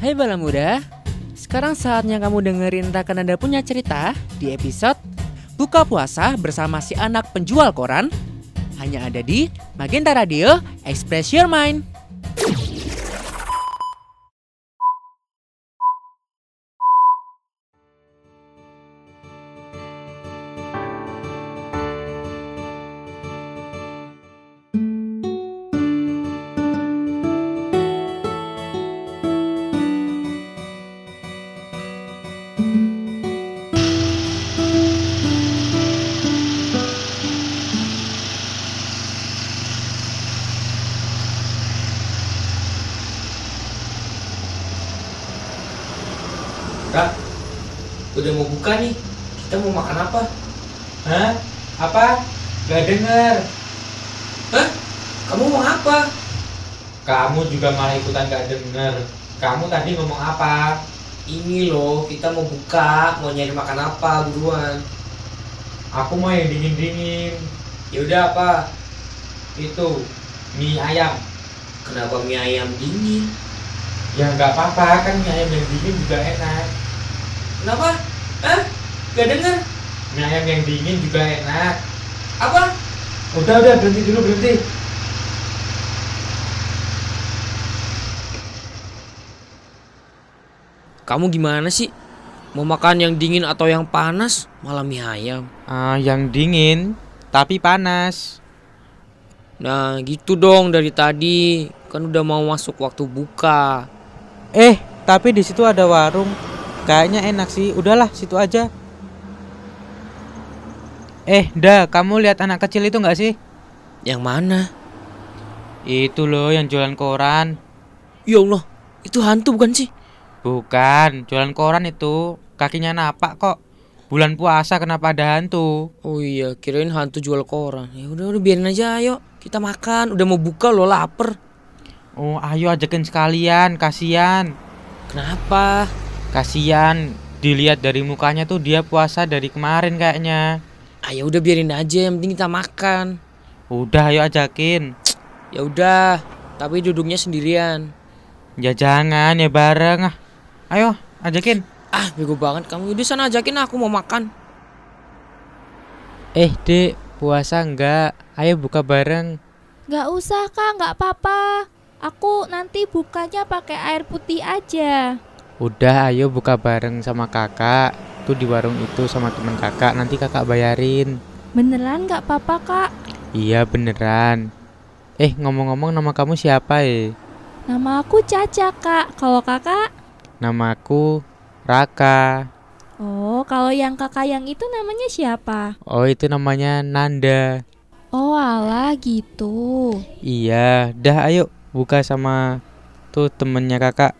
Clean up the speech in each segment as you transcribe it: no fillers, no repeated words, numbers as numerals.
Hai bala muda, sekarang saatnya kamu dengerin Takkan Anda Punya Cerita di episode Buka Puasa bersama si anak penjual koran. Hanya ada di Magenta Radio, Express Your Mind. Kak, udah mau buka nih. Kita mau makan apa? Hah? Apa? Gak denger. Hah? Kamu mau apa? Kamu juga malah ikutan gak denger. Kamu tadi ngomong apa? Ini loh, kita mau buka, mau nyari makan apa, buruan. Aku mau yang dingin-dingin. Ya udah apa? Itu mie ayam. Kenapa mie ayam dingin? Ya nggak apa-apa, kan mie ayam yang dingin juga enak. Kenapa? Hah? Gak denger? Mie ayam yang dingin juga enak. Apa? Udah berhenti dulu, berhenti. Kamu gimana sih? Mau makan yang dingin atau yang panas? Malah mie ayam. Yang dingin tapi panas. Nah gitu dong dari tadi. Kan udah mau masuk waktu buka. Tapi di situ ada warung. Kayaknya enak sih. Udahlah, situ aja. Kamu lihat anak kecil itu enggak sih? Yang mana? Itu loh yang jualan koran. Ya Allah, itu hantu bukan sih? Bukan, jualan koran itu. Kakinya napak kok. Bulan puasa kenapa ada hantu? Oh iya, kirain hantu jual koran. Ya udah biarin aja, ayo. Kita makan, udah mau buka loh, lapar. Oh, ayo ajakin sekalian, kasihan. Kenapa? Kasihan, dilihat dari mukanya tuh dia puasa dari kemarin kayaknya. Ayo udah biarin aja, yang penting kita makan. Udah, ayo ajakin. Ya udah, tapi duduknya sendirian. Ya jangan, ya bareng ah. Ayo, ajakin. Bego banget kamu. Udah sana ajakin, aku mau makan. Dek, puasa enggak? Ayo buka bareng. Gak usah kak, gak apa-apa. Aku nanti bukanya pakai air putih aja. Udah, ayo buka bareng sama kakak. Tuh di warung itu sama teman kakak, nanti kakak bayarin. Beneran gak apa-apa kak? Iya beneran. Ngomong-ngomong nama kamu siapa Nama aku Caca kak. Kalau kakak? Nama aku Raka. Oh, kalau yang kakak yang itu namanya siapa? Oh, itu namanya Nanda. Oh alah gitu. Iya, dah ayo buka sama tuh temennya kakak.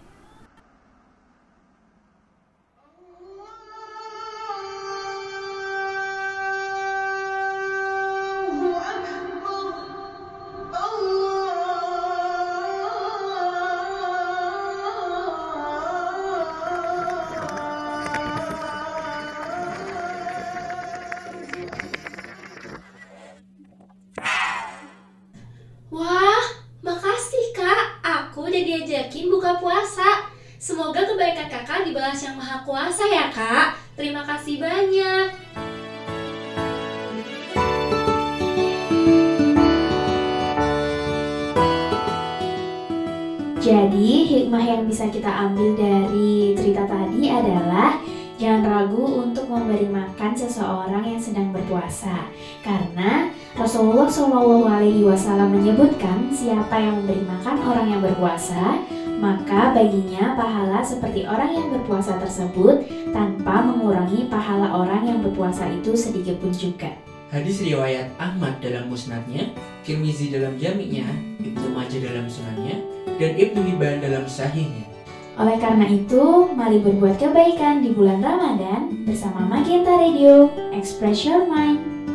Wah, makasih kak. Aku udah diajakin buka puasa. Semoga kebaikan kakak dibalas yang maha kuasa ya kak. Terima kasih banyak. Jadi hikmah yang bisa kita ambil dari cerita tadi adalah jangan ragu untuk memberi makan seseorang yang sedang berpuasa. Karena Rasulullah SAW menyebutkan siapa yang memberi makan orang yang berpuasa, maka baginya pahala seperti orang yang berpuasa tersebut tanpa mengurangi pahala orang yang berpuasa itu sedikit pun juga. Hadis riwayat Ahmad dalam musnadnya, Tirmizi dalam jami'nya, Ibnu Majah dalam sunannya, dan Ibnu Hibban dalam sahihnya. Oleh karena itu, mari berbuat kebaikan di bulan Ramadan bersama Magenta Radio, Express Your Mind.